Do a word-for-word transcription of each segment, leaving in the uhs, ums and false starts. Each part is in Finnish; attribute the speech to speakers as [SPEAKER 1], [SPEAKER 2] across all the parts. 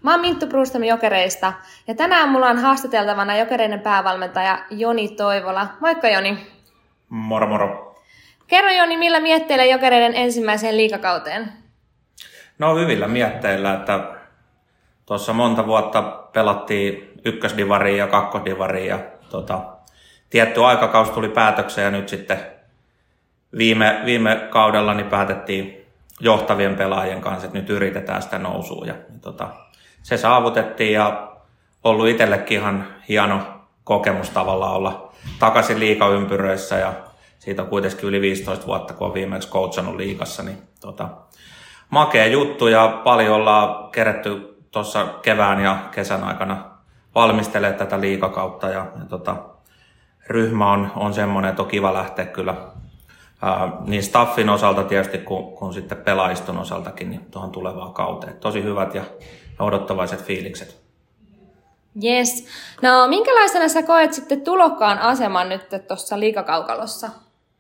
[SPEAKER 1] Mä oon Minttu Broström Jokereista ja tänään mulla on haastateltavana Jokereiden päävalmentaja Joni Toivola. Moikka Joni.
[SPEAKER 2] Moro moro.
[SPEAKER 1] Kerro Joni, millä mietteillä Jokereiden ensimmäiseen liigakauteen?
[SPEAKER 2] No hyvillä mietteillä, että tuossa monta vuotta pelattiin ykkösdivariin ja kakkosdivariin ja tota, tietty aikakausi tuli päätökseen ja nyt sitten viime, viime kaudella niin päätettiin johtavien pelaajien kanssa, että nyt yritetään sitä nousua. Ja, ja tota, se saavutettiin ja ollut itsellekin ihan hieno kokemus tavallaan olla takaisin liigaympyröissä ja siitä on kuitenkin yli viisitoista vuotta, kun on viimeksi coachannut liigassa. Niin, tota, makea juttu ja paljon ollaan kerätty tuossa kevään ja kesän aikana valmistelemaan tätä liigakautta ja, ja tota, ryhmä on, on semmoinen, että on kiva lähteä kyllä ää, niin staffin osalta tietysti kuin, kuin sitten pelaajiston osaltakin niin tuohon tulevaan kauteen. Tosi hyvät ja odottavaiset fiilikset.
[SPEAKER 1] Yes. No minkälaisena sä koet sitten tulokkaan aseman nyt tuossa liigakaukalossa?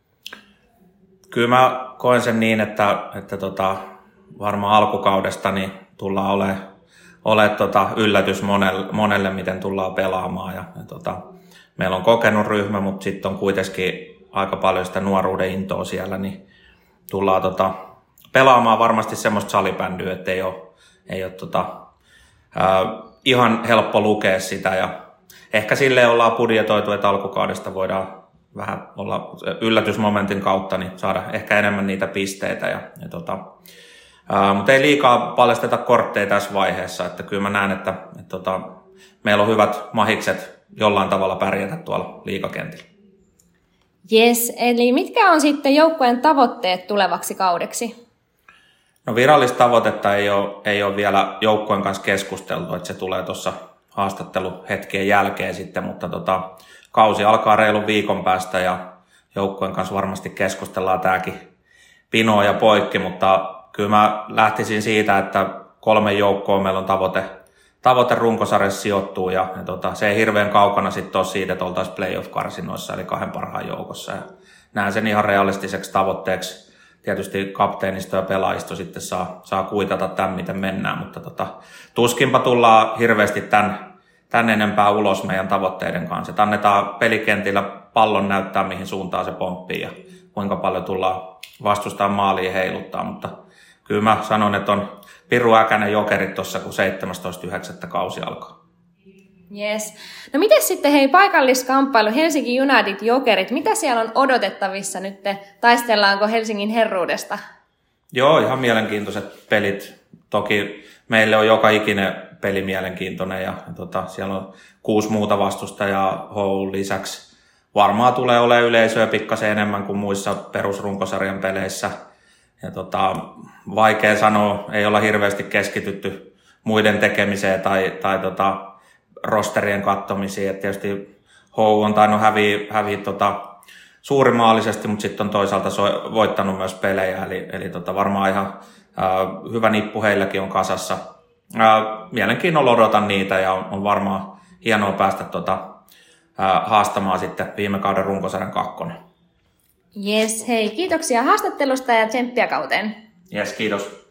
[SPEAKER 2] Kyllä mä koen sen niin, että, että tota, varmaan alkukaudesta niin tullaan olemaan ole, tota, yllätys monelle, monelle, miten tullaan pelaamaan. Ja, ja, tota, meillä on kokenut ryhmä, mutta sitten on kuitenkin aika paljon sitä nuoruuden intoa siellä, niin tullaan tota, pelaamaan varmasti semmoista salibändyä, että ei ole, ei ole tota, ää, ihan helppo lukea sitä. Ja ehkä silleen ollaan budjetoitu, että alkukaudesta voidaan vähän olla yllätysmomentin kautta, niin saada ehkä enemmän niitä pisteitä. Ja, ja tota, ää, mutta ei liikaa paljasteta kortteja tässä vaiheessa, että kyllä mä näen, että, että tota, meillä on hyvät mahikset jollain tavalla pärjätä tuolla liigakentillä.
[SPEAKER 1] Yes, eli mitkä on sitten joukkueen tavoitteet tulevaksi kaudeksi?
[SPEAKER 2] No virallista tavoitetta ei ole, ei ole vielä joukkueen kanssa keskusteltu, että se tulee tuossa haastatteluhetkien jälkeen sitten, mutta tota, kausi alkaa reilun viikon päästä ja joukkueen kanssa varmasti keskustellaan tämäkin pino ja poikki, mutta kyllä mä lähtisin siitä, että kolme joukkoa meillä on tavoite, tavoite runkosarjassa sijoittuu ja, ja tota, se ei hirveän kaukana sitten ole siitä, että oltaisiin playoff-karsinoissa eli kahden parhaan joukossa. Ja näen sen ihan realistiseksi tavoitteeksi. Tietysti kapteenisto ja pelaajisto sitten saa, saa kuitata tämän, miten mennään, mutta tota, tuskinpa tullaan hirveästi tämän, tämän enempää ulos meidän tavoitteiden kanssa. Et annetaan pelikentillä pallon näyttää, mihin suuntaan se pomppii ja kuinka paljon tullaan vastustamaan maaliin heiluttaa, mutta kyllä mä sanon, että on piru äkäinen Jokerit tuossa, kun seitsemästoista yhdeksättä kausi alkaa.
[SPEAKER 1] Yes. No miten sitten hei paikalliskamppailu Helsinki United Jokerit, mitä siellä on odotettavissa nyt? Taistellaanko Helsingin herruudesta?
[SPEAKER 2] Joo, ihan mielenkiintoiset pelit. Toki meille on joka ikinen peli mielenkiintoinen ja, ja tota, siellä on kuusi muuta vastustajaa H U lisäksi. Varmaan tulee olemaan yleisöä pikkasen enemmän kuin muissa perusrunkosarjan peleissä. Ja tota, vaikea sanoa, ei olla hirveästi keskitytty muiden tekemiseen tai, tai tota, rosterien kattomisiin. Et tietysti H U on tainnut häviä, häviä tota, suurimaalisesti, mutta sitten on toisaalta so, voittanut myös pelejä. Eli, eli tota, varmaan ihan ää, hyvä nippu heilläkin on kasassa. Ää, mielenkiinnolla odotan niitä ja on, on varmaan hienoa päästä tota, ää, haastamaan sitten viime kauden runkosarjan kakkonen.
[SPEAKER 1] Yes, hei, kiitoksia haastattelusta ja tsemppiä kauteen.
[SPEAKER 2] Yes, kiitos.